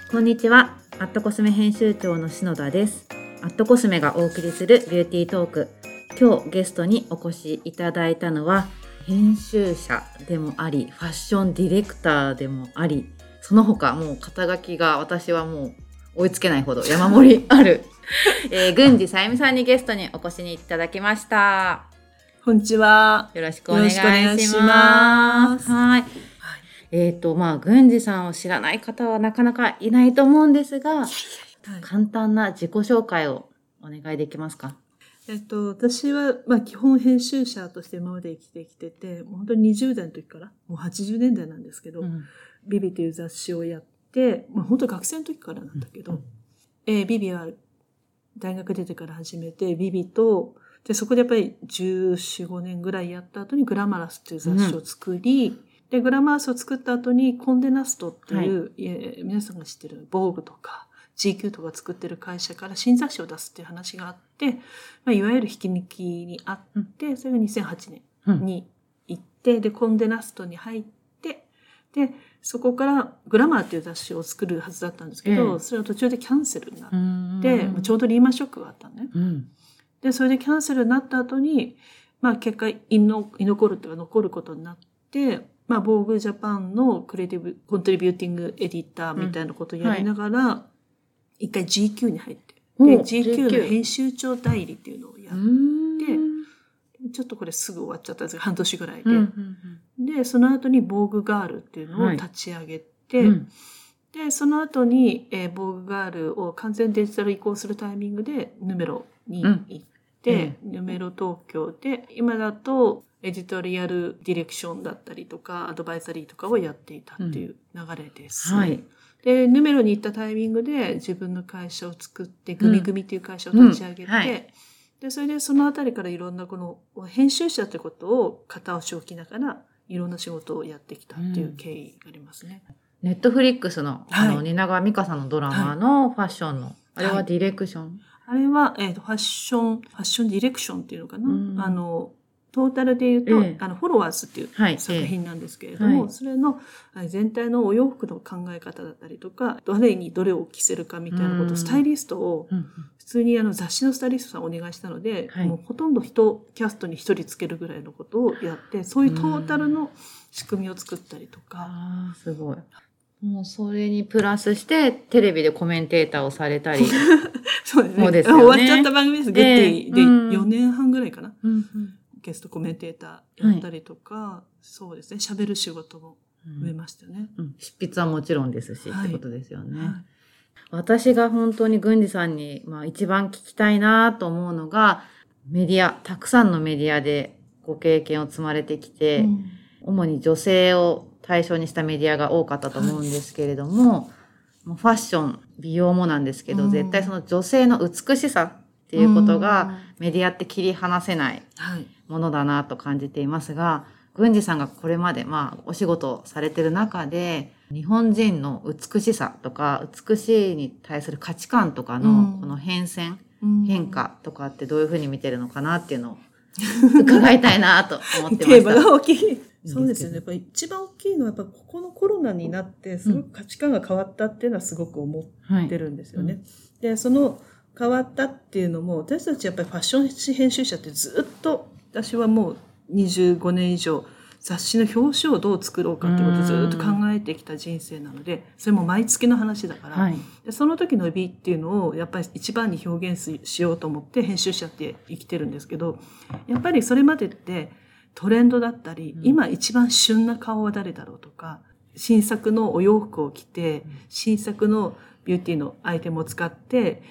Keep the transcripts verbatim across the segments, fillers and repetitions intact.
こんにちは。アットコスメ編集長の篠田です。アットコスメがお送りするビューティートーク。今日ゲストにお越しいただいたのは編集者でもあり、ファッションディレクターでもあり、その他もう肩書きが私はもう追いつけないほど山盛りある、えー、郡司さゆみさんにゲストにお越しにいただきました。 こんにちは。 よろしくお願いします。はい。えっと、まあ、郡司さんを知らない方はなかなかいないと思うんですが、はい、簡単な自己紹介をお願いできますか？ えっと、私は、まあ、基本編集者として今まで生きてきてて、本当ににじゅう代の時から、もうはちじゅうねんだいなんですけど、うん、ビビという雑誌をやって、まあ、本当学生の時からなんだけど、うんえー、ビビは大学出てから始めて、ビビと、で、そこでやっぱりじゅうよん、ごねんぐらいやった後にグラマラスっていう雑誌を作り、うんで、グラマラスを作った後にコンデナストっていう、はい、皆さんが知ってるボーグとか ジーキュー とか作ってる会社から新雑誌を出すっていう話があって、まあ、いわゆる引き抜きにあって、うん、それがにせんはちねんに行って、うん、で、コンデナストに入って、で、そこからグラマーっていう雑誌を作るはずだったんですけど、えー、それは途中でキャンセルになって、ちょうどリーマンショックがあったのね。うん、で、それでキャンセルになった後に、まあ結果、居残るというか残ることになって、まあ、ボーグジャパンのクリエイティブ、コントリビューティングエディターみたいなことをやりながら、うんはい、一回 ジーキュー に入って、で、ジーキュー の編集長代理っていうのをやって、ちょっとこれすぐ終わっちゃったんですが、半年ぐらいで。うんうんうん、で、その後にボーグガールっていうのを立ち上げて、はいうん、で、その後に、えー、ボーグガールを完全デジタル移行するタイミングで、ヌメロに行って、うん、ヌメロ東京で、今だと、エディトリアルディレクションだったりとか、アドバイザリーとかをやっていたっていう流れです。うん、はい。で、ヌメロに行ったタイミングで自分の会社を作って、グミグミっていう会社を立ち上げて、うんうんはい、で、それでそのあたりからいろんなこの編集者ということを片押し置きながら、いろんな仕事をやってきたっていう経緯がありますね。 ネットフリックスの、あの、はい、蜷川美香さんのドラマのファッションの、はい、あれはディレクション、はい、 あれは、えっと、ファッション、ファッションディレクションっていうのかな、うん、あの、トータルで言うと、ええ、あの、フォロワーズっていう作品なんですけれども、はい、それの全体のお洋服の考え方だったりとか、誰にどれを着せるかみたいなことを、スタイリストを、普通にあの雑誌のスタイリストさんをお願いしたので、はい、もうほとんど人、キャストに一人つけるぐらいのことをやって、そういうトータルの仕組みを作ったりとか。 ああ、すごい。もうそれにプラスして、テレビでコメンテーターをされたり。 そうですね。そうですよね。終わっちゃった番組です。グッディでよねんはんぐらいかな。うんうんゲストコメンテーターやったりとか、はい、そうですね、喋る仕事も増えましたよね、 うんうん。執筆はもちろんですし、はい、ってことですよね。はい、私が本当に郡司さんに、まあ、一番聞きたいなと思うのが、メディア、たくさんのメディアでご経験を積まれてきて、うん、主に女性を対象にしたメディアが多かったと思うんですけれども、はい、ファッション、美容もなんですけど、うん、絶対その女性の美しさっていうことがメディアって切り離せないものだなと感じていますが、郡司さんがこれまでまあお仕事をされている中で、日本人の美しさとか美しいに対する価値観とかのこの変遷、変化とかってどういうふうに価値観のかなっていうのを伺いたいなと思ってました。 テーマが大きい。そうですよね。やっぱり一番大きいのはやっぱここのコロナになってすごく価値観が変わったっていうのはすごく思ってるんですよね。はいうん、で、その変わったっていうのも、私たちやっぱりファッション編集者ってずっと、私はもうにじゅうごねん以上、雑誌の表紙をどう作ろうかってことをずっと考えてきた人生なので、それも毎月の話だから、はい、でその時の美っていうのをやっぱり一番に表現しようと思って編集者って生きてるんですけど、やっぱりそれまでってトレンドだったり、うん、今一番旬な顔は誰だろうとか、新作のお洋服を着て、新作のビューティーのアイテムを使って、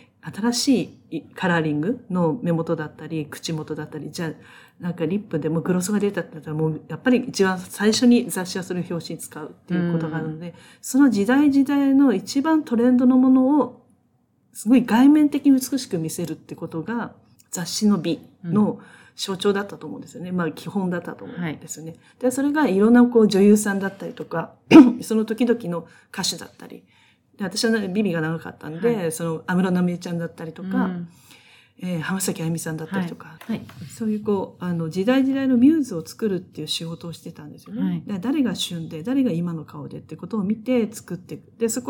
新しいカラーリングの目元だったり、口元だったり、じゃあ、なんかリップでもグロスが出たって言ったらもう、やっぱり一番最初に雑誌はそれを表紙に使うっていうことがあるので、その時代時代の一番トレンドのものを、すごい外面的に美しく見せるってことが、雑誌の美の象徴だったと思うんですよね。まあ基本だったと思うんですよね。はい、で、それがいろんなこう女優さんだったりとか、その時々の歌手だったり、で私はビビが長かったんで、はい、その安室奈美恵ちゃんだったりとか、うんえー、浜崎あゆみさんだったりとか、はいはい、そういうこうあの時代時代のミューズを作るっていう仕事をしてたんですよね。はい、で誰が旬で誰が今の顔でってことを見て作っていく。でそこに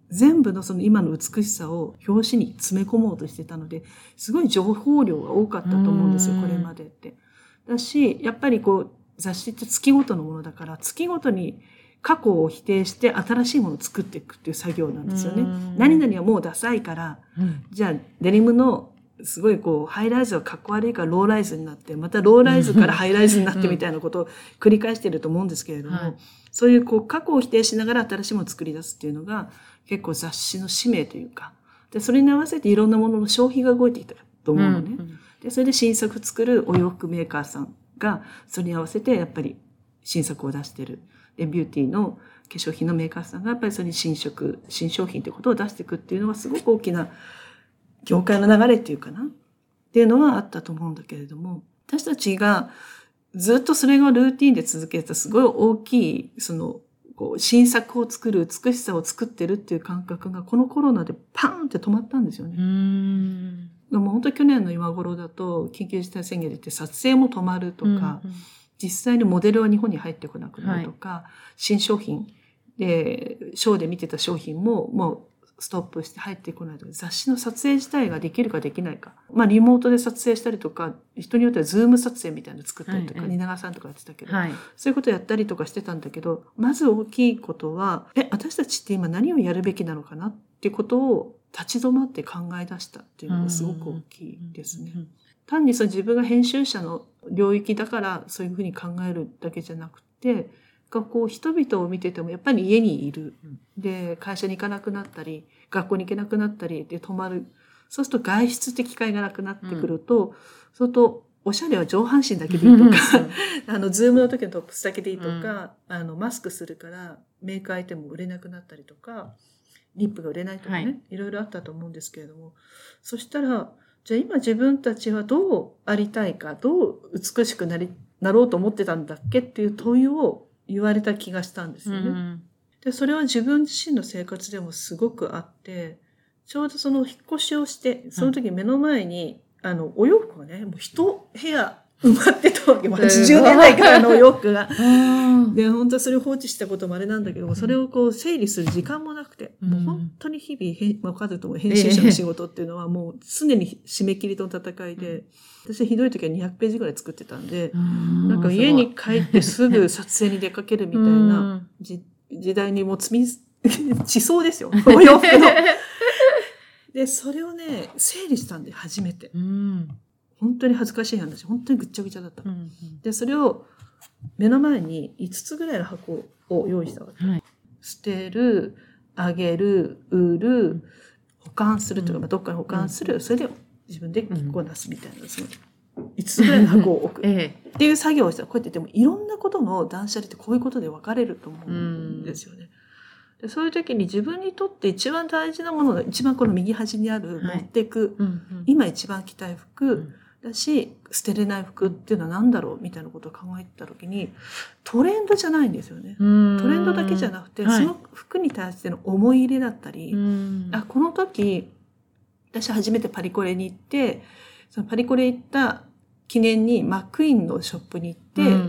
全部のその今の美しさを表紙に詰め込もうとしてたので、すごい情報量が多かったと思うんですよ、これまでって。だし、やっぱりこう、雑誌って月ごとのものだから、月ごとに過去を否定して新しいものを作っていくっていう作業なんですよね。何々はもうダサいから、うん、じゃあデニムのすごいこうハイライズはかっこ悪いからローライズになって、またローライズからハイライズになってみたいなことを繰り返していると思うんですけれども、はい、そういうこう過去を否定しながら新しいものを作り出すっていうのが結構雑誌の使命というか、でそれに合わせていろんなものの消費が動いていたと思うのね。うん、でそれで新作作るお洋服メーカーさんがそれに合わせてやっぱり新作を出してる。で、ビューティーの化粧品のメーカーさんがやっぱりそれに新色、新商品ということを出していくっていうのはすごく大きな業界の流れっていうかなっていうのはあったと思うんだけれども、私たちがずっとそれがルーティンで続けたすごい大きい、その、こう、新作を作る、美しさを作ってるっていう感覚がこのコロナでパーンって止まったんですよね。うーんでも本当去年の今頃だと緊急事態宣言で言って撮影も止まるとか、うんうん実際にモデルは日本に入ってこなくなるとか、はい、新商品で、ショーで見てた商品ももうストップして入ってこないとか、雑誌の撮影自体ができるかできないか。まあリモートで撮影したりとか、人によってはズーム撮影みたいなの作ったりとか、はい、蜷川さんとかやってたけど、はい、そういうことやったりとかしてたんだけど、まず大きいことは、え、私たちって今何をやるべきなのかなっていうことを立ち止まって考え出したっていうのがすごく大きいですね。うんうんうん単にその自分が編集者の領域だからそういうふうに考えるだけじゃなくて、こう人々を見ててもやっぱり家にいる。で、会社に行かなくなったり、学校に行けなくなったりで泊まる。そうすると外出って機会がなくなってくると、うん、そうするとおしゃれは上半身だけでいいとか、あの、ズームの時のトップスだけでいいとか、うん、あの、マスクするからメーカー相手も売れなくなったりとか、リップが売れないとかね、はい、いろいろあったと思うんですけれども、そしたら、じゃあ今自分たちはどうありたいか、どう美しくなり、なろうと思ってたんだっけっていう問いを言われた気がしたんですよね。うん、で、それは自分自身の生活でもすごくあって、ちょうどその引っ越しをして、その時目の前に、うん、あの、お洋服がね、もう一部屋埋まってたわけ。もうはちじゅうねんだいからのお洋服が。で、本当はそれを放置したこともあれなんだけども、それをこう整理する時間もなくて、うん、もう本当に日々、まあ、カズとも編集者の仕事っていうのはもう常に締め切りとの戦いで、うん、私ひどい時はにひゃくページぐらい作ってたんで、うん、なんか家に帰ってすぐ撮影に出かけるみたいな時代にもう積み、地層ですよ、お洋服の。で、それをね、整理したんで初めて。うん本当に恥ずかしい話、本当にぐっちゃぐちゃだった。うんうん、で、それを目の前にいつつぐらいの箱を用意したわけ。はい、捨てる、あげる、売る、保管するというか、まあ、どっかに保管する、うん、それで自分で着こなすみたいな、そのいつつぐらいの箱を置く。ええ、っていう作業をしたら、こうやってでもいろんなことの断捨離ってこういうことで分かれると思うんですよね。でそういう時に自分にとって一番大事なものが、一番この右端にある、はい、持っていく、うんうん、今一番着たい服、うんだし、捨てれない服っていうのは何だろうみたいなことを考えたときに、トレンドじゃないんですよね。トレンドだけじゃなくて、はい、その服に対しての思い入れだったり、あこの時、私初めてパリコレに行って、そのパリコレ行った記念にマックイーンのショップに行って、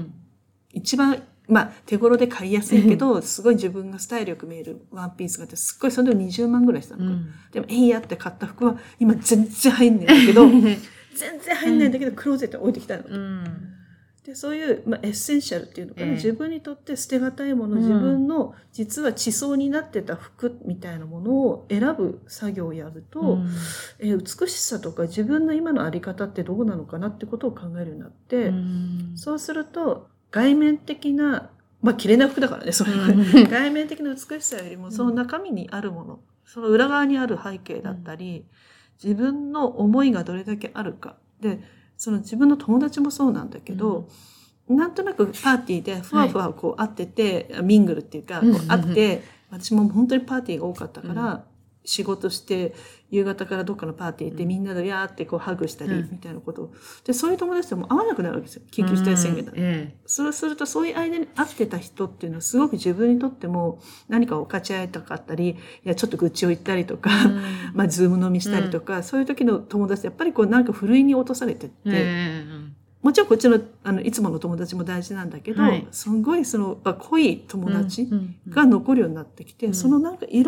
一番、まあ手頃で買いやすいけど、すごい自分がスタイルよく見えるワンピースがあって、すっごいそれでもにじゅうまんぐらいしたの。うん、でも、えいやって買った服は今全然入んないんだけど、全然入んないんだけど、クローゼットに置いてきたの、うん。で、そういう、まあ、エッセンシャルっていうのかな、えー、自分にとって捨てがたいもの、自分の実は地層になってた服みたいなものを選ぶ作業をやると、うんえー、美しさとか自分の今のあり方ってどうなのかなってことを考えるようになって、うん、そうすると、外面的な、まあ、着れない服だからね、それは、うん、外面的な美しさよりも、その中身にあるもの、その裏側にある背景だったり、うん自分の思いがどれだけあるか。で、その自分の友達もそうなんだけど、うん、なんとなくパーティーでふわふわこう会ってて、はい、ミングルっていうか、こう会って、私も本当にパーティーが多かったから、うん、仕事して夕方からどっかのパーティー行って、うん、みんなでやーってこうハグしたりみたいなことを、うん、でそういう友達とも会わなくなるわけですよ。緊急事態宣言だ、うんええ、そうするとそういう間に会ってた人っていうのはすごく自分にとっても何かを分かち合いたかったりいやちょっと愚痴を言ったりとか、うん、まあズーム飲みしたりとか、うん、そういう時の友達ってやっぱりこうなんかふるいに落とされてって、うんもちろんこっちの、あの、いつもの友達も大事なんだけど、はい、すごいその、濃い友達が残るようになってきて、うん、そのなんかいろんな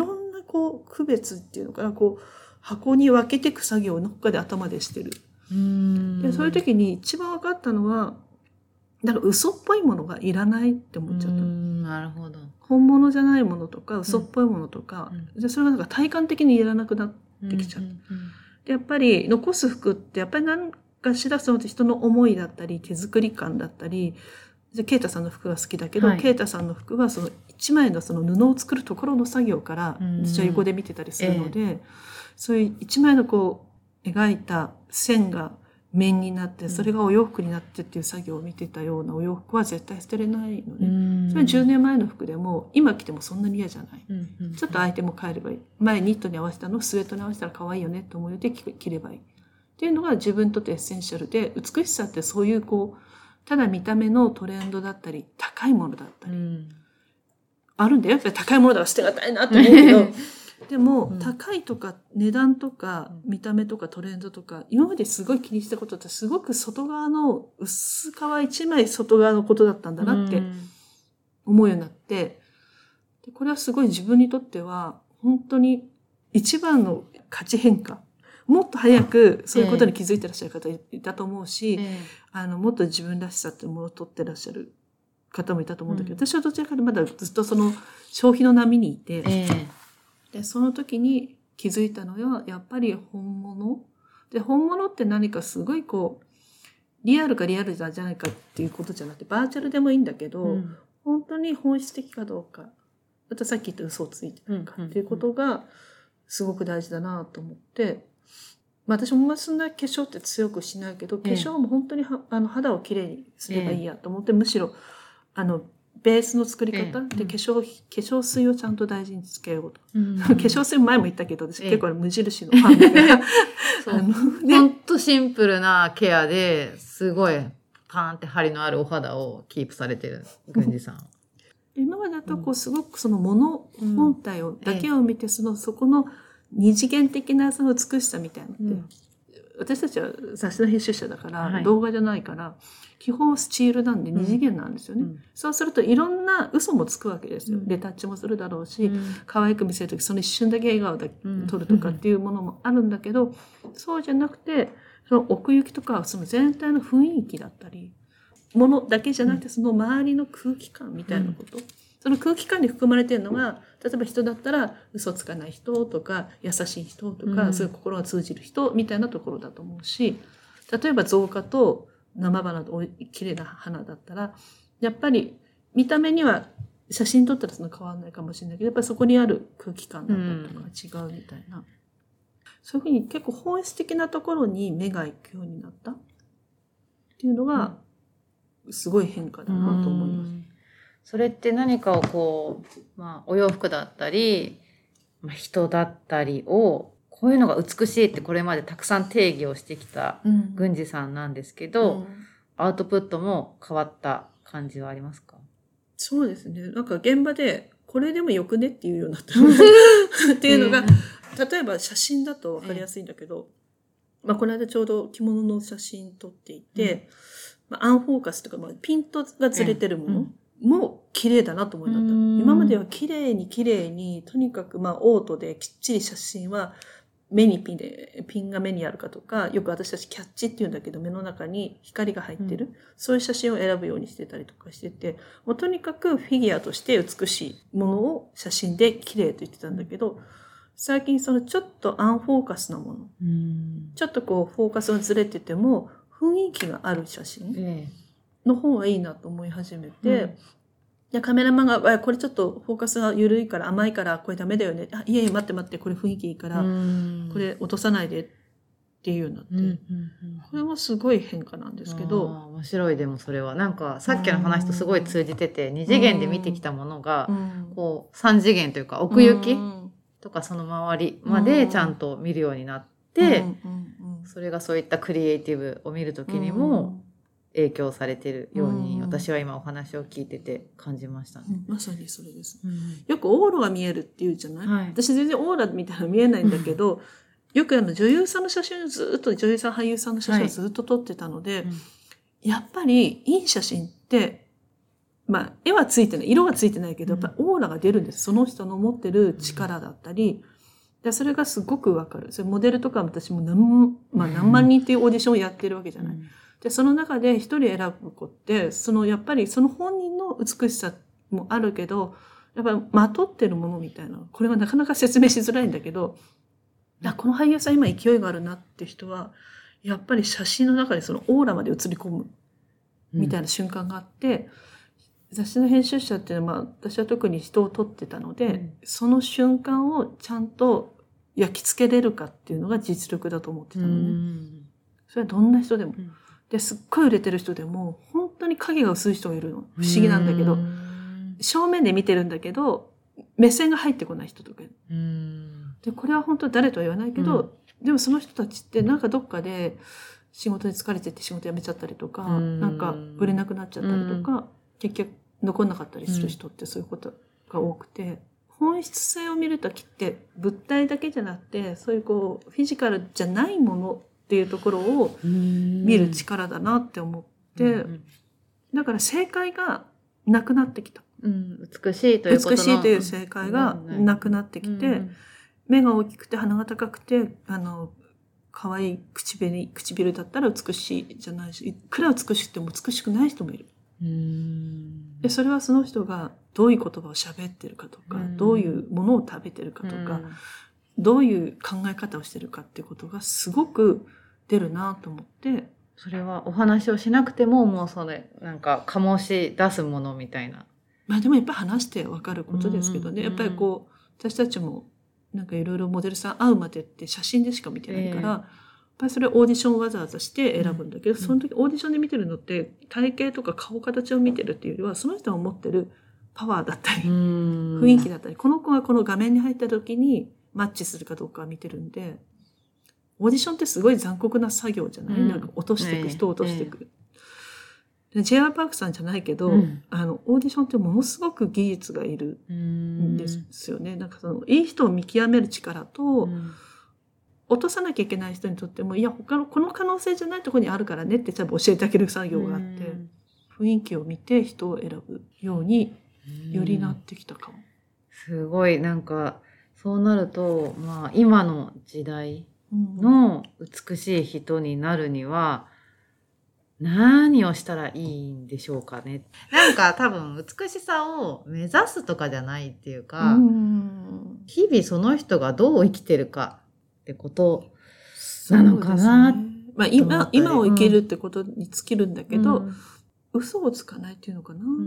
こう区別っていうのかな、こう箱に分けていく作業をどっかで頭でしてる。 うーんでそういう時に一番分かったのは、なんか嘘っぽいものがいらないって思っちゃった。 うーんなるほど。 本物じゃないものとか嘘っぽいものとか、 うんでそれがなんか体感的にいらなくなってきちゃった。 うんうんでやっぱり残す服ってやっぱり何かしらその人の思いだったり手作り感だったり、でケイタさんの服が好きだけど、 はいケイタさんの服はその一枚のその布を作るところの作業からうん私は横で見てたりするので、そういう一枚のこう描いた線が面になってそれがお洋服になってっていう作業を見てたようなお洋服は絶対捨てれないのうね。 んそれはじゅうねんまえの服でも今着てもそんなに嫌じゃない。 うんうんちょっとアイテム変えればいい。前ニットに合わせたのをスウェットに合わせたら可愛いよねと思うよで着ればいい。っていうのが自分にとってエッセンシャルで、美しさってそういうこう、ただ見た目のトレンドだったり、高いものだったり、 うんあるんだよ。やっぱり高いものだから捨てがたいなって思うけど、でも、 うん高いとか値段とか見た目とかトレンドとか、今まですごい気にしたことってすごく外側の薄皮一枚外側のことだったんだなって思うようになって、でこれはすごい自分にとっては本当に一番の価値変化。もっと早くそういうことに気づいてらっしゃる方いたと思うし、 ええあの、もっと自分らしさっていうものを取ってらっしゃる方もいたと思うんだけど、 うん私はどちらかというとまだずっとその消費の波にいて、 ええで、その時に気づいたのは、やっぱり本物。で、本物って何かすごいこう、リアルかリアルじゃないかっていうことじゃなくて、バーチャルでもいいんだけど、 うん本当に本質的かどうか、またさっき言った嘘をついてるかっていうことがすごく大事だなと思って、まあ私もそんな化粧って強くしないけど、化粧も本当にはあの肌をきれいにすればいいやと思って、むしろ、あの、ベースの作り方、 ええで化粧、化粧水をちゃんと大事につけようと。 うん化粧水前も言ったけど、私ええ結構無印のファンだから、 そうあの、 ほね、 んとシンプルなケアですごいパーンって張りのあるお肌をキープされてる郡司さん。 今までだとこうすごくそのものうん本体を、だけを見て、その、そこの二次元的なその美しさみたいなのって、 うん私たちは雑誌の編集者だから、 はい動画じゃないから、基本スチールなんで二次元なんですよね。 うんそうするといろんな嘘もつくわけですよ。 うんレタッチもするだろうし、 うん可愛く見せるときその一瞬だけ笑顔でうん撮るとかっていうものもあるんだけど、そうじゃなくて、その奥行きとか、その全体の雰囲気だったり、ものだけじゃなくて、その周りの空気感みたいなこと。その空気感に含まれているのが、例えば人だったら嘘つかない人とか、優しい人とか、 うんそういう心が通じる人みたいなところだと思うし、例えば造花と生花と綺麗な花だったら、やっぱり見た目には写真撮ったらその変わらないかもしれないけど、やっぱりそこにある空気感だったりとか違うみたいな。そういうふうに結構本質的なところに目が行くようになったっていうのが、すごい変化だなと思います。 それって何かをこう、まあ、お洋服だったり、まあ、人だったりを、こういうのが美しいってこれまでたくさん定義をしてきたうん郡司さんなんですけど、アウトプットも変わった感じはありますか？ そうですね。なんか現場で、これでもよくねっていうようになったっていうのが、例えば写真だと分かりやすいんだけど、まあこの間ちょうど着物の写真撮っていて、まあ、アンフォーカスとか、まあ、ピントがずれてるものも綺麗だなと思いなった。今までは綺麗に綺麗に、とにかくまあオートできっちり写真は目にピンで、ピンが目にあるかとか、よく私たちキャッチって言うんだけど、目の中に光が入ってる、うん、そういう写真を選ぶようにしてたりとかしてて、もうとにかくフィギュアとして美しいものを写真で綺麗と言ってたんだけど、最近そのちょっとアンフォーカスなもの、うん、ちょっとこうフォーカスがずれてても雰囲気がある写真の方がいいなと思い始めて、うんでカメラマンが、これちょっとフォーカスが緩いから甘いからこれダメだよね。あ、いえいえ待って待って、これ雰囲気いいから、これ落とさないでっていうようになって、うんうんうん、これもすごい変化なんですけど。 面白いでもそれは。なんかさっきの話とすごい通じてて、二次元で見てきたものが、こう三次元というか奥行きとかその周りまでちゃんと見るようになって、それがそういったクリエイティブを見るときにも、影響されているように、私は今お話を聞いてて感じましたね。 うん、まさにそれです、うん。よくオーラが見えるって言うじゃない、はい、私全然オーラみたいなの見えないんだけど、よくあの女優さんの写真をずっと、女優さん俳優さんの写真をずっと撮ってたので、はいうん、やっぱりいい写真ってまあ、絵はついてない、色はついてないけど、やっぱオーラが出るんです。その人の持ってる力だったり、でそれがすごくわかる。それモデルとか私も何、まあ、何万人っていうオーディションをやってるわけじゃない。で、その中で一人選ぶ子って、そのやっぱりその本人の美しさもあるけど、やっぱりまとってるものみたいな、これはなかなか説明しづらいんだけど、いやこの俳優さん今勢いがあるなって人は、やっぱり写真の中でそのオーラまで映り込むみたいな瞬間があって、うん、雑誌の編集者っていうのは、まあ、私は特に人を撮ってたので、うん、その瞬間をちゃんと焼き付けれるかっていうのが実力だと思ってたのね。うん、それはどんな人でも。うんですっごい売れてる人でも本当に影が薄い人がいるの。不思議なんだけど、正面で見てるんだけど目線が入ってこない人とか。でこれは本当誰とは言わないけど、うん、でもその人たちってなんかどっかで仕事に疲れてって仕事辞めちゃったりとか、なんか売れなくなっちゃったりとか、結局残んなかったりする人ってそういうことが多くて、本質性を見るときって物体だけじゃなくてそういうこうフィジカルじゃないものっていうところを見る力だなって思って、うん、だから正解がなくなってきた、 うん、美しいということの美しいという正解がなくなってきて、うん、目が大きくて鼻が高くてあの可愛い唇、唇だったら美しいじゃないし、いくら美しくても美しくない人もいる。うんでそれはその人がどういう言葉を喋ってるかとか、うん、どういうものを食べてるかとか、うん、どういう考え方をしてるかっていうことがすごく出るなと思って。 それはお話をしなくてももうそれなんか醸し出すものみたいな。 まあでもやっぱり話してわかることですけどね、うんうん、やっぱりこう私たちもなんかいろいろモデルさん会うまでって写真でしか見てないから、えー、やっぱりそれオーディションをわざわざして選ぶんだけど、うん、その時オーディションで見てるのって体型とか顔形を見てるっていうよりはその人が持ってるパワーだったり、うん、雰囲気だったり、この子がこの画面に入った時にマッチするかどうかを見てるんで、オーディションってすごい残酷な作業じゃない、うん、なんか落としていく、人を落としていく。ええ、ジェイアール パークさんじゃないけど、うん、あの、オーディションってものすごく技術がいるんですよね。なんかその、いい人を見極める力と、うん、落とさなきゃいけない人にとっても、いや、他の、この可能性じゃないところにあるからねって多分教えてあげる作業があって、うん、雰囲気を見て人を選ぶようによりなってきたかも。 すごい、なんか、そうなると、まあ、今の時代、の美しい人になるには何をしたらいいんでしょうかね。なんか多分美しさを目指すとかじゃないっていうか、うん、日々その人がどう生きてるかってことなのかな、ね。 まあ今、今を生きるってことに尽きるんだけど、うん、嘘をつかないっていうのかな。うん、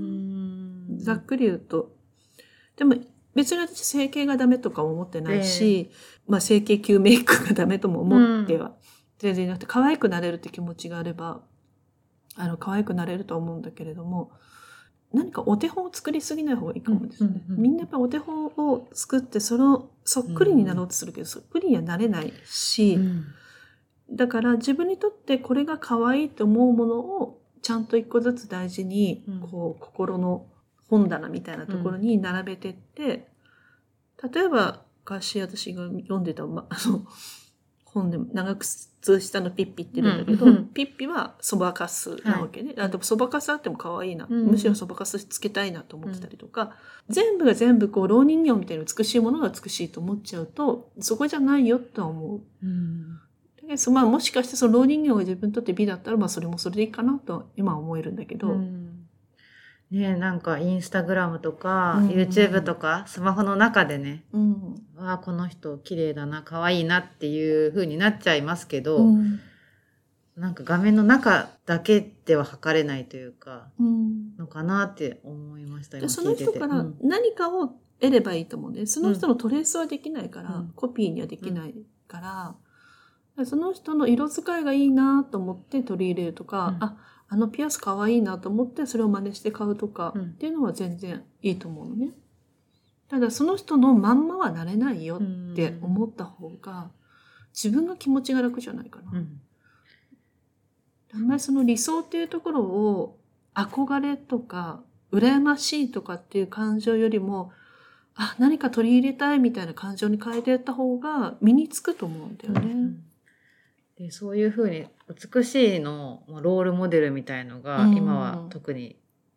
ざっくり言うと。でも別に私整形がダメとか思ってないし、えー、まあ整形級メイクがダメとも思っては、うん、全然なくて可愛くなれるって気持ちがあれば、あの可愛くなれると思うんだけれども、何かお手本を作りすぎない方がいいかもですね。うんうんうん、みんなやっぱお手本を作ってそのそっくりになろうとするけど、うん、そっくりにはなれないし、うん、だから自分にとってこれが可愛いと思うものをちゃんと一個ずつ大事に、うん、こう心の本棚みたいなところに並べてって、うん、例えば昔私が読んでた、ま、あの本で長靴下のピッピって言うんだけど、うん、ピッピはそばかすなわけね。はい、あでもそばかすあっても可愛いな、うん、むしろそばかすつけたいなと思ってたりとか、うん、全部が全部こう老人形みたいな美しいものが美しいと思っちゃうとそこじゃないよとは思う。うん、だけどまあ、もしかしてその老人形が自分にとって美だったら、まあ、それもそれでいいかなと今は思えるんだけど、うんね、なんかインスタグラムとか、うん、YouTube とかスマホの中でね、うん、わあこの人綺麗だな可愛いなっていう風になっちゃいますけど、うん、なんか画面の中だけでは測れないというか、うん、のかなって思いました。今その人から何かを得ればいいと思うんで、その人のトレースはできないから、うん、コピーにはできないから、うん、その人の色使いがいいなと思って取り入れるとか、うん、ああのピアス可愛いなと思ってそれを真似して買うとかっていうのは全然いいと思うのね。ただその人のまんまはなれないよって思った方が自分が気持ちが楽じゃないかな。うん、あんまりその理想っていうところを憧れとか羨ましいとかっていう感情よりも、あ、何か取り入れたいみたいな感情に変えていった方が身につくと思うんだよね。うんでそういうふうに美しいのロールモデルみたいのが今は特に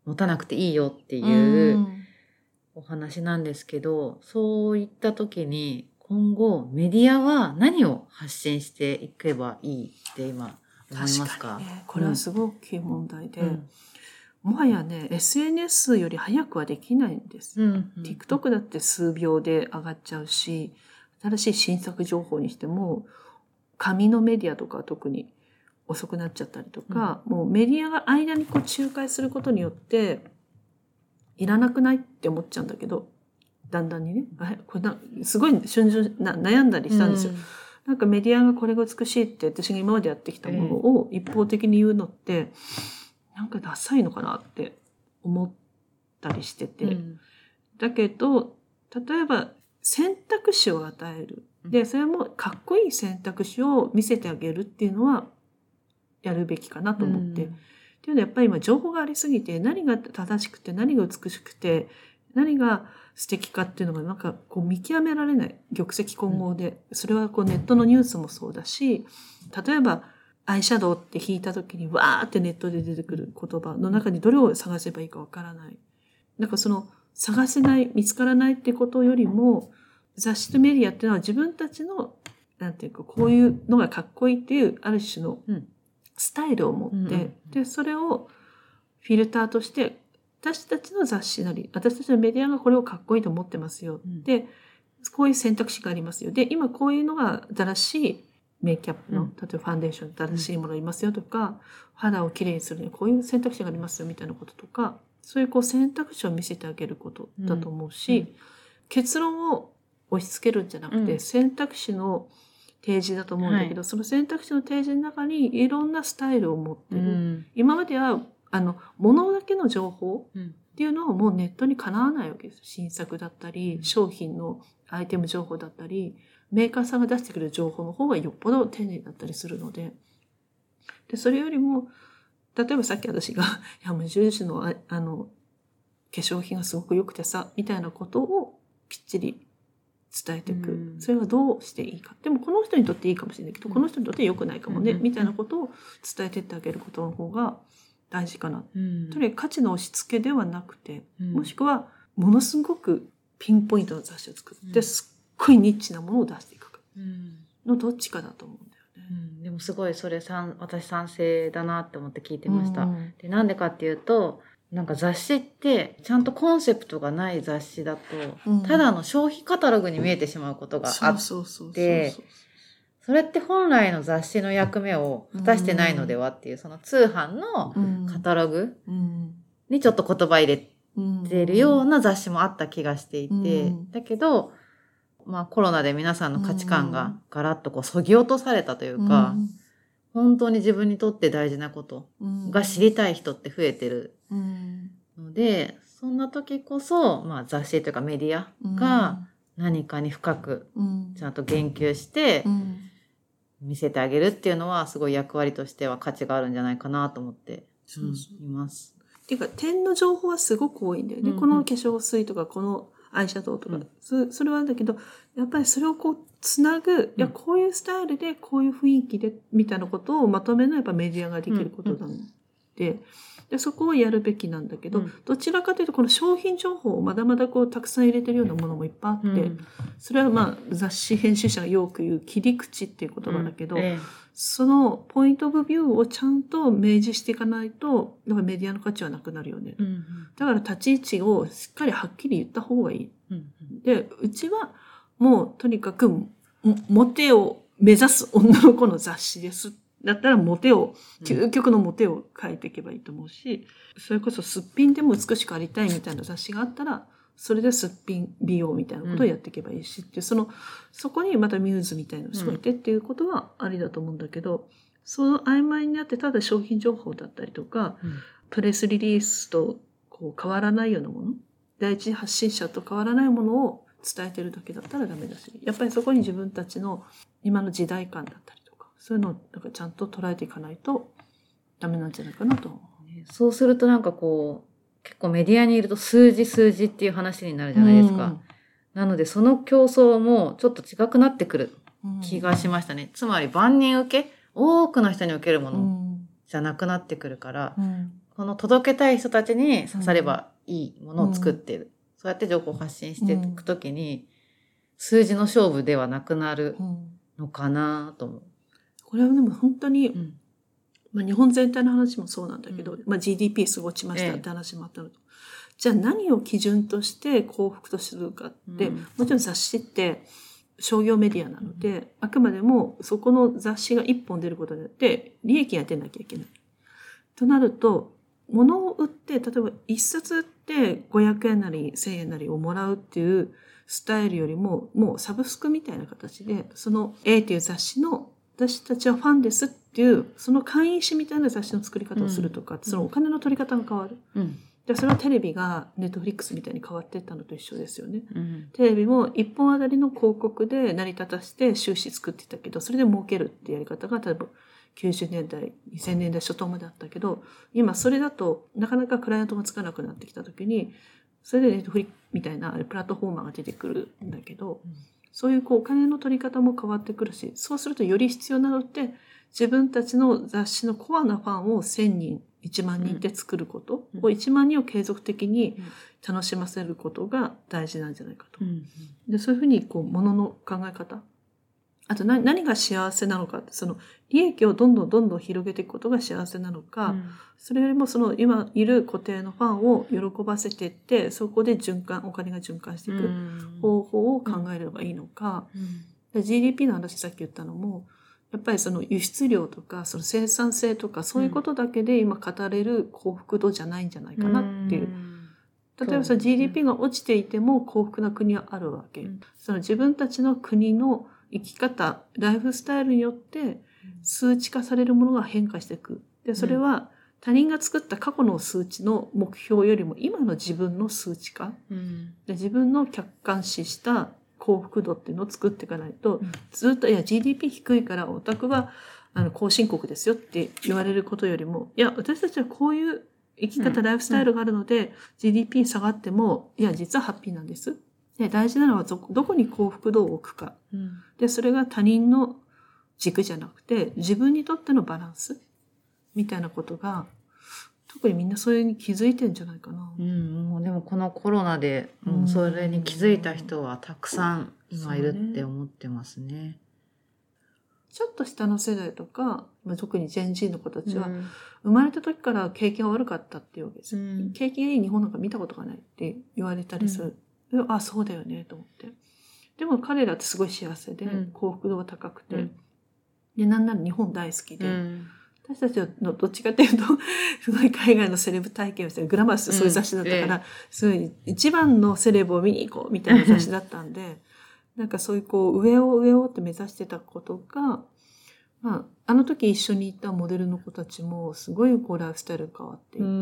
持たなくていいよっていうお話なんですけど、そういった時に今後メディアは何を発信していけばいいって今思いますか？ 確かにね、これはすごく大きい問題で、うん、もはやね エスエヌエス より早くはできないんです、うんうん、TikTok だって数秒で上がっちゃうし、新しい新作情報にしても紙のメディアとかは特に遅くなっちゃったりとか、うん、もうメディアが間にこう仲介することによっていらなくないって思っちゃうんだけど、だんだんにね、あこれなすごい瞬々な悩んだりしたんですよ、うん、なんかメディアがこれが美しいって私が今までやってきたものを一方的に言うのって、えー、なんかダサいのかなって思ったりしてて、うん、だけど例えば選択肢を与える、でそれもかっこいい選択肢を見せてあげるっていうのはやるべきかなと思って、うん、っていうのはやっぱり今情報がありすぎて、何が正しくて何が美しくて何が素敵かっていうのがなんかこう見極められない、玉石混合で、それはこうネットのニュースもそうだし、例えばアイシャドウって引いた時にわーってネットで出てくる言葉の中にどれを探せばいいかわからない、なんかその探せない、見つからないってことよりも、雑誌とメディアっていうのは自分たちのなんていうかこういうのがかっこいいっていうある種のスタイルを持って、うん、でそれをフィルターとして私たちの雑誌なり私たちのメディアがこれをかっこいいと思ってますよ、うん、でこういう選択肢がありますよ、で今こういうのが新しいメイキャップの、うん、例えばファンデーション新しいものがありますよとか、うん、肌をきれいにするにこういう選択肢がありますよみたいなこととか、そういうこう選択肢を見せてあげることだと思うし、うん、結論を押し付けるんじゃなくて、うん、選択肢の提示だと思うんだけど、はい、その選択肢の提示の中にいろんなスタイルを持ってる、うん、今まではあの物だけの情報っていうのはもうネットにかなわないわけです。新作だったり商品のアイテム情報だったりメーカーさんが出してくる情報の方がよっぽど丁寧だったりするので、でそれよりも例えばさっき私がいや無印のああの化粧品がすごく良くてさみたいなことをきっちり伝えていく、うん、それがどうしていいか、でもこの人にとっていいかもしれないけど、うん、この人にとって良くないかもね、うん、みたいなことを伝えていってあげることの方が大事かな、うん、とにかく価値の押し付けではなくて、うん、もしくはものすごくピンポイントの雑誌を作って、うん、すっごいニッチなものを出していくかのどっちかだと思うんだよね、 うん、でもすごいそれ私賛成だなって思って聞いてました、うん、でなんでかっていうとなんか雑誌ってちゃんとコンセプトがない雑誌だと、うん、ただの消費カタログに見えてしまうことがあって、それって本来の雑誌の役目を果たしてないのではっていう、うん、その通販のカタログにちょっと言葉入れてるような雑誌もあった気がしていて、うん、だけど、まあコロナで皆さんの価値観がガラッとこう削ぎ落とされたというか、うん、本当に自分にとって大事なことが知りたい人って増えてるので、そんな時こそ、まあ、雑誌というかメディアが何かに深くちゃんと言及して見せてあげるっていうのはすごい役割としては価値があるんじゃないかなと思っています。 っていうか点の情報はすごく多いんだよね、うんうん、この化粧水とかこのアイシャドウとか、うん、そ, それはあるんだけどやっぱりそれをこうつなぐ、うん、いやこういうスタイルでこういう雰囲気でみたいなことをまとめるのはやっぱメディアができることなので、うんうん、でそこをやるべきなんだけど、うん、どちらかというとこの商品情報をまだまだこうたくさん入れてるようなものもいっぱいあって、うん、それはまあ雑誌編集者がよく言う切り口っていう言葉だけど、うんええ、そのポイントオブビューをちゃんと明示していかないとやっぱメディアの価値はなくなるよね、うんうん、だから立ち位置をしっかりはっきり言った方がいい、うんうん、でうちはもうとにかくモテを目指す女の子の雑誌ですだったらモテを究極のモテを書いていけばいいと思うし、うん、それこそすっぴんでも美しくありたいみたいな雑誌があったらそれですっぴん美容みたいなことをやっていけばいいし、うん、ってそのそこにまたミューズみたいな人がいてっていうことはありだと思うんだけど、その曖昧になってただ商品情報だったりとか、うん、プレスリリースとこう変わらないようなもの、第一発信者と変わらないものを伝えてるだけだったらダメだし、やっぱりそこに自分たちの今の時代感だったりとかそういうのをなんかちゃんと捉えていかないとダメなんじゃないかなと思う。 そうするとなんかこう結構メディアにいると数字数字っていう話になるじゃないですか、うん、なのでその競争もちょっと違くなってくる気がしましたね、うん、つまり万人受け多くの人に受けるものじゃなくなってくるから、うん、 この届けたい人たちに刺さればいいものを作っている。うん、そうやって情報を発信していくときに、うん、数字の勝負ではなくなるのかなと思う。 これはでも本当に、うん、まあ、日本全体の話もそうなんだけど、うん、まあ、ジーディーピー すごい落ちましたって話もあったのと、ええ、じゃあ何を基準として幸福とするかって、うん、もちろん雑誌って商業メディアなので、うん、あくまでもそこの雑誌が一本出ることによって利益が出なきゃいけない。となると、物を売って、例えば一冊売ってごひゃくえんなりせんえんなりをもらうっていうスタイルよりも、もうサブスクみたいな形で、その A という雑誌の私たちはファンですっていう、その会員誌みたいな雑誌の作り方をするとか、うん、そのお金の取り方が変わる。うん、でそれはテレビがネットフリックスみたいに変わっていったのと一緒ですよね。うん、テレビも一本あたりの広告で成り立たして収支作ってたけど、それで儲けるってやり方が例えばきゅうじゅうねんだい、にせんねんだい初頭まであったけど、今それだとなかなかクライアントがつかなくなってきたときに、それでネットフリックスみたいなプラットフォーマーが出てくるんだけど、うん、そういうこうお金の取り方も変わってくるし、そうするとより必要なのって自分たちの雑誌のコアなファンをせんにん、いちまんにんで作ることを、いちまんにんを継続的に楽しませることが大事なんじゃないかと。うん、でそういうふうにこう物の考え方、あと何、何が幸せなのかって、その利益をどんどんどんどん広げていくことが幸せなのか、うん、それよりもその今いる固定のファンを喜ばせていって、そこで循環、お金が循環していく方法を考えればいいのか、うんうん、ジーディーピー の話さっき言ったのも、やっぱりその輸出量とか、その生産性とか、そういうことだけで今語れる幸福度じゃないんじゃないかなっていう。うん、例えばさ、ジーディーピー が落ちていても幸福な国はあるわけ。うん、その自分たちの国の生き方、ライフスタイルによって数値化されるものが変化していく。で、それは他人が作った過去の数値の目標よりも今の自分の数値化。うん、で自分の客観視した幸福度っていうのを作っていかないと、うん、ずっと、いや、ジーディーピー 低いからオタクはあの後進国ですよって言われることよりも、いや、私たちはこういう生き方、うん、ライフスタイルがあるので、うん、ジーディーピー 下がっても、いや、実はハッピーなんです。で、大事なのはど、どこに幸福度を置くか。うん、で、それが他人の軸じゃなくて、自分にとってのバランスみたいなことが、特にみんなそれに気づいてんじゃないかな。 うん、もうでもこのコロナで、もうそれに気づいた人はたくさん今いるって思ってますね。ね、 ちょっと下の世代とか、特にジェン ジー の子たちは、うん、生まれた時から景気が悪かったっていうわけですよ。うん、景気がいい日本なんか見たことがないって言われたりする。うん、あ、そうだよね、と思って。でも彼らってすごい幸せで、うん、幸福度が高くて、うん、で、なんなら日本大好きで、うん、私たちのどっちかっていうと、すごい海外のセレブ体験をしてる、グラマスってそういう雑誌だったから、うん、すごい一番のセレブを見に行こうみたいな雑誌だったんで、なんかそういうこう、上を上をって目指してたことが、まあ、あの時一緒に行ったモデルの子たちも、すごいこうライフスタイル変わっていて、うん、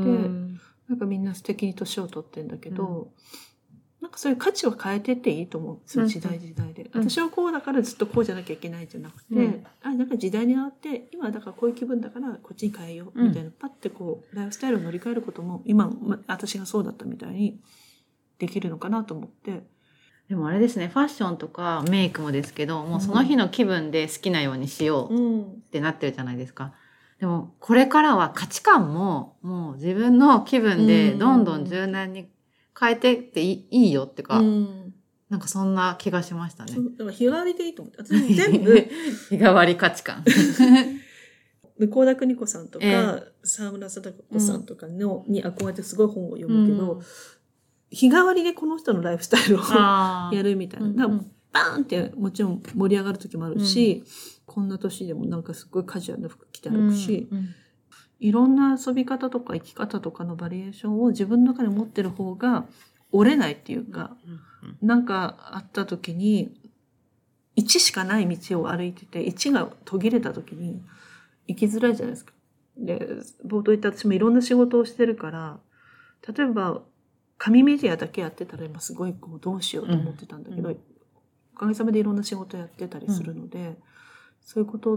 なんかみんな素敵に年を取ってんだけど、うん、なんかそういう価値を変えてっていいと思うんですよ、時代時代で。うん、私はこうだからずっとこうじゃなきゃいけないんじゃなくて、うん、あ、なんか時代に合って、今だからこういう気分だからこっちに変えよう、みたいな、うん、パッてこう、ライフスタイルを乗り換えることも、今、ま、私がそうだったみたいにできるのかなと思って。 でもあれですね、ファッションとかメイクもですけど、もうその日の気分で好きなようにしようってなってるじゃないですか。でも、これからは価値観も、もう自分の気分でどんどん柔軟に変えてっていいよってか、うん、なんかそんな気がしましたね。 だから日替わりでいいと思って。私全部。 日替わり価値観。 向田邦子さんとか、えー、沢村貞子さんとかの、うん、に憧れてすごい本を読むけど、うん、日替わりでこの人のライフスタイルをやるみたいな。だからバーンってもちろん盛り上がる時もあるし、うん、こんな年でもなんかすごいカジュアルな服着て歩くし、うんうん、いろんな遊び方とか生き方とかのバリエーションを自分の中で持ってる方が折れないっていうか、うんうん、なんかあった時に、一しかない道を歩いてて、一が途切れた時に生きづらいじゃないですか。で、冒頭言った私もいろんな仕事をしてるから、例えば、紙メディアだけやってたら今すごいこうどうしようと思ってたんだけど、うん、おかげさまでいろんな仕事やってたりするので、うん、そういうことって、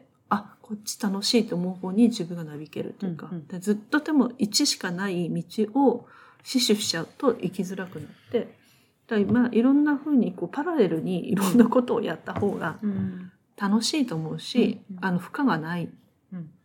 あ、こっち楽しいと思う方に自分がなびけるというか、うんうん、でずっとでも一しかない道を死守しちゃうと生きづらくなって、だからまあいろんな風にこうパラレルにいろんなことをやった方が楽しいと思うし、うんうん、あの負荷がない。うん、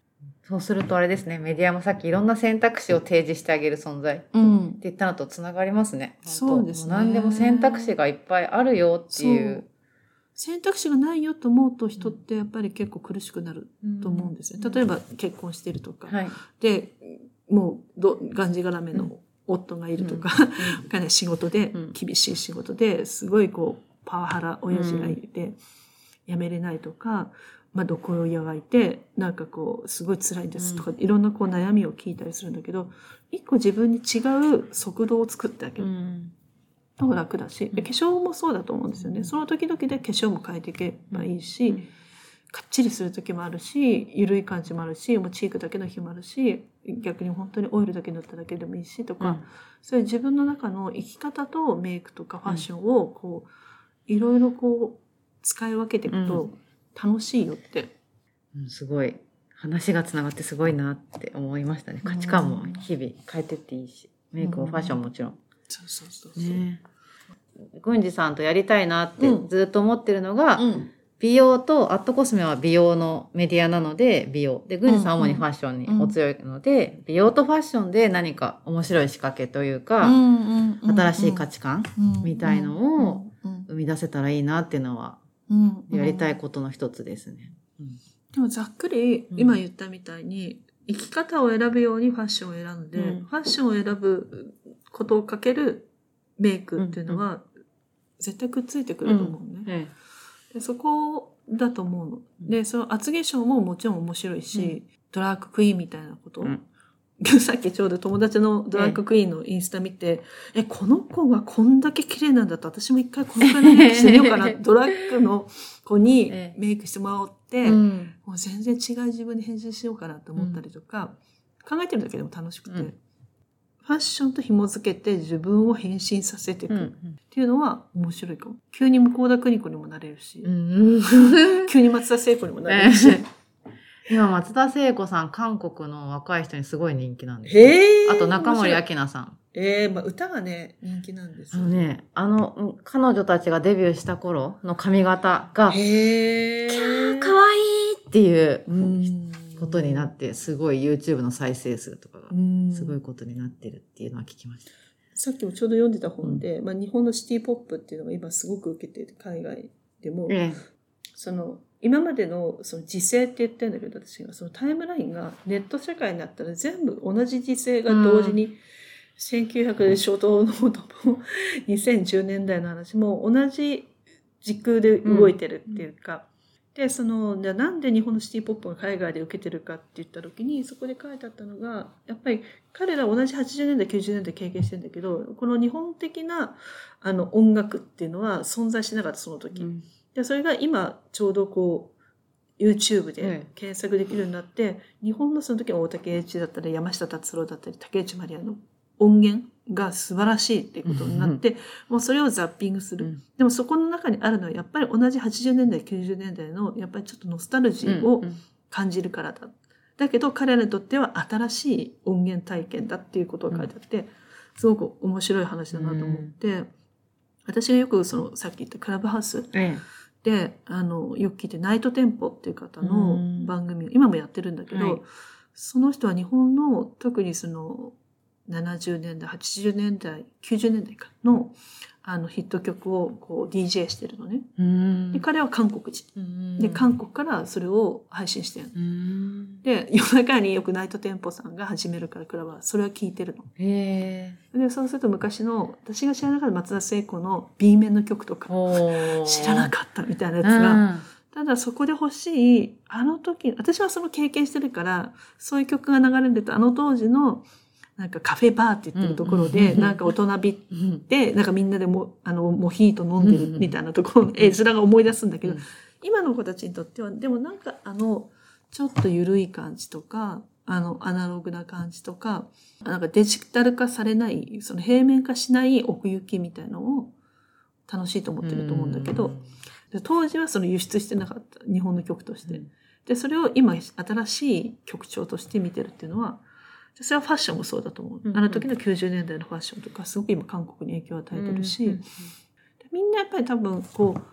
そうするとあれですね、メディアもさっきいろんな選択肢を提示してあげる存在って言ったのとつながりますね。 そうですね。 何でも選択肢がいっぱいあるよっていう。 選択肢がないよと思うと人ってやっぱり結構苦しくなると思うんですよ。うん、例えば結婚してるとか。はい、で、もうどがんじがらめの夫がいるとか、うんうん、仕事で、厳しい仕事ですごいこうパワハラ親父がいて、辞めれないとか、まあ、毒親がいて、なんかこう、すごい辛いですとか、うん、いろんなこう悩みを聞いたりするんだけど、一個自分に違う速度を作ってあげる。うんと楽だし、化粧もそうだと思うんですよね。その時々で化粧も変えていけばいいし、うん、かっちりする時もあるし、ゆるい感じもあるし、もうチークだけの日もあるし、逆に本当にオイルだけ塗っただけでもいいしとか、うん、そういう自分の中の生き方とメイクとかファッションをこう、いろいろこう、使い分けていくと楽しいよって。 うんうん、すごい。話がつながってすごいなって思いましたね。価値観も日々変えてっていいし、メイクもファッションももちろん。 そうそうそうそう。 ね、郡司さんとやりたいなってずっと思ってるのが、うん、美容とアットコスメは美容のメディアなので美容で、郡司さんは主にファッションにお強いので、うんうん、美容とファッションで何か面白い仕掛けというか、うんうん、新しい価値観みたいのを生み出せたらいいなっていうのはやりたいことの一つですね。 うん、でもざっくり今言ったみたいに、生き方を選ぶようにファッションを選んで、うん、ファッションを選ぶことをかけるメイクっていうのは絶対くっついてくると思うね。うんうん、でそこだと思うの。で、その厚化粧ももちろん面白いし、うん、ドラッグクイーンみたいなこと。うん、さっきちょうど友達のドラッグクイーンのインスタ見て、え、この子がこんだけ綺麗なんだったら私も一回このくらいメイクしてみようかな。ドラッグの子にメイクしてもらおうって、うん、もう全然違う自分に変身しようかなと思ったりとか、うん、考えてるだけでも楽しくて、うん、ファッションと紐づけて自分を変身させていくっていうのは面白いかも。急に向田邦子にもなれるし、うん、急に松田聖子にもなれるし。 今、松田聖子さん、韓国の若い人にすごい人気なんですよ。へー。あと、中森明菜さん。 ええー、まあ、歌がね、人気なんですよね。あのね、あの、彼女たちがデビューした頃の髪型が、へー。キャー、かわいいっていうことになって、すごい YouTube の再生数とかが、すごいことになってるっていうのは聞きました。 さっきもちょうど読んでた本で、うん、まあ、日本のシティポップっていうのが今すごく受けていて、海外でも、ええ、その、今までのその時勢って言ってるんだけど、私がそのタイムラインがネット社会になったら全部同じ時勢が同時に、うん、せんきゅうひゃくねん初頭のこともにせんじゅうねんだいの話も同じ時空で動いてるっていうか、うん、で、その、じゃあなんで日本のシティポップが海外で受けてるかって言った時に、そこで書いてあったのが、やっぱり彼ら同じはちじゅうねんだい、きゅうじゅうねんだい経験してるんだけど、この日本的なあの音楽っていうのは存在しなかった、その時。うん、で、それが今ちょうどこう、YouTube で検索できるようになって、うん、日本のその時は大竹栄一だったり、山下達郎だったり、竹内まりやの音源が素晴らしいっていうことになって、うん、もうそれをザッピングする。うん、でもそこの中にあるのはやっぱり同じはちじゅうねんだい、きゅうじゅうねんだいのやっぱりちょっとノスタルジーを感じるからだ。だけど彼らにとっては新しい音源体験だっていうことが書いてあって、すごく面白い話だなと思って、うん、私がよくそのさっき言ったクラブハウス、ええで、あの、よく聞いて、ナイトテンポっていう方の番組を、今もやってるんだけど、はい、その人は日本の、特にその、ななじゅうねんだい、はちじゅうねんだい、きゅうじゅうねんだいかの、あの、ヒット曲を、こう、ディージェー してるのね。で、彼は韓国人。で、韓国からそれを配信してるの。で、夜中によくナイトテンポさんが始めるからクラブは、それは聞いてるの。へー。で、そうすると昔の、私が知らなかった松田聖子の B 面の曲とか、知らなかったみたいなやつが、ただそこで欲しい、あの時、私はその経験してるから、そういう曲が流れてたあの当時の、なんかカフェバーって言ってるところで、うん、なんか大人びって、なんかみんなでも、あの、モヒート飲んでるみたいなところの絵面が思い出すんだけど、うん、今の子たちにとっては、でもなんかあの、ちょっと緩い感じとか、あの、アナログな感じとか、なんかデジタル化されない、その平面化しない奥行きみたいのを楽しいと思ってると思うんだけど、うん、当時はその輸出してなかった、日本の曲として。で、それを今、新しい曲調として見てるっていうのは、それはファッションもそうだと思う。うんうん、あの時のきゅうじゅうねんだいのファッションとか、すごく今韓国に影響を与えてるし、うんうんうん、みんなやっぱり多分こう、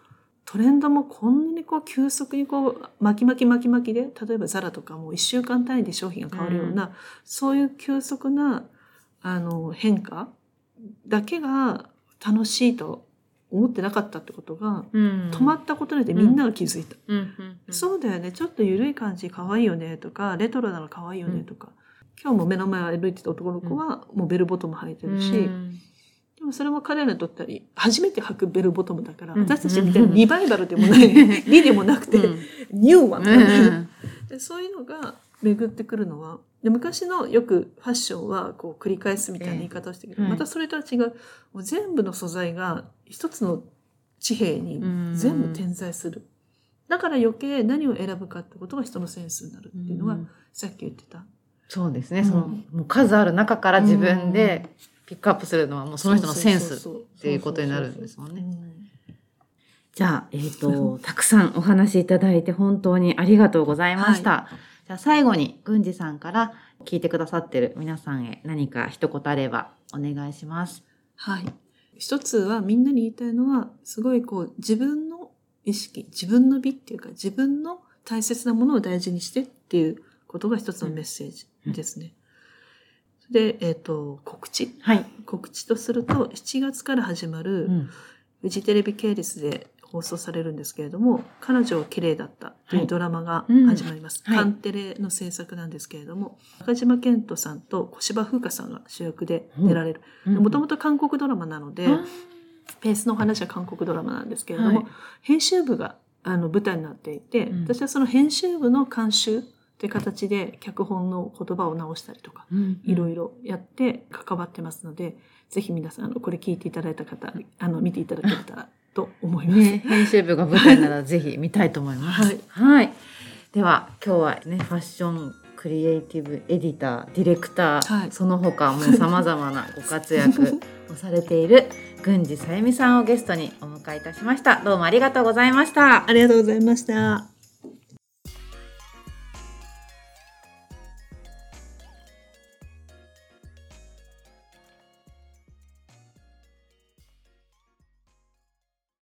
トレンドもこんなにこう急速にこう巻き巻き巻き巻きで、例えばザラとかもいっしゅうかん単位で商品が変わるような、うん、そういう急速なあの変化だけが楽しいと思ってなかったってことが、うん、止まったことでみんなが気づいた、うんうんうんうん、そうだよね、ちょっと緩い感じ可愛いよねとか、レトロなの可愛いよねとか、うん、今日も目の前を歩いてた男の子はもうベルボトム履いてるし、うん、でもそれも彼らにとっては初めて履くベルボトムだから、うん、私たちみたいなリバイバルでもないリでもなくて、うん、ニューワン、うん、でそういうのが巡ってくるのは、で昔のよくファッションはこう繰り返すみたいな言い方をしてるけど、えー、またそれとは違う、もう全部の素材が一つの地平に全部点在する。だから余計何を選ぶかってことが人のセンスになるっていうのがさっき言ってた。 そうですね。うん、そのもう数ある中から自分でピックアップするのはもうその人のセンスっていうことになるんですもんね。じゃあ、えっと、たくさんお話いただいて本当にありがとうございました。はい、じゃあ最後に郡司さんから聞いてくださってる皆さんへ何か一言あればお願いします。 はい。一つはみんなに言いたいのは、すごいこう自分の意識、自分の美っていうか自分の大切なものを大事にしてっていうことが一つのメッセージですね。うん、で、えっと、告知。はい。告知とすると、しちがつから始まる、うん、フジテレビ系列で放送されるんですけれども、彼女は綺麗だったというドラマが始まります。はいうん、カンテレの制作なんですけれども、中島健人さんと小芝風花さんが主役で出られる。もともと韓国ドラマなので、ベースの話は韓国ドラマなんですけれども、はい、編集部があの舞台になっていて、うん、私はその編集部の監修という形で脚本の言葉を直したりとか、うん、いろいろやって関わってますので、ぜひ皆さんあのこれ聞いていただいた方、あの見ていただけたらと思います。ね、 編集部が舞台ならぜひ見たいと思います。はい。はい。では今日はね、ファッションクリエイティブエディター、ディレクター、はい、その他もう様々なご活躍をされている郡司さゆみさんをゲストにお迎えいたしました。どうもありがとうございました。 ありがとうございました。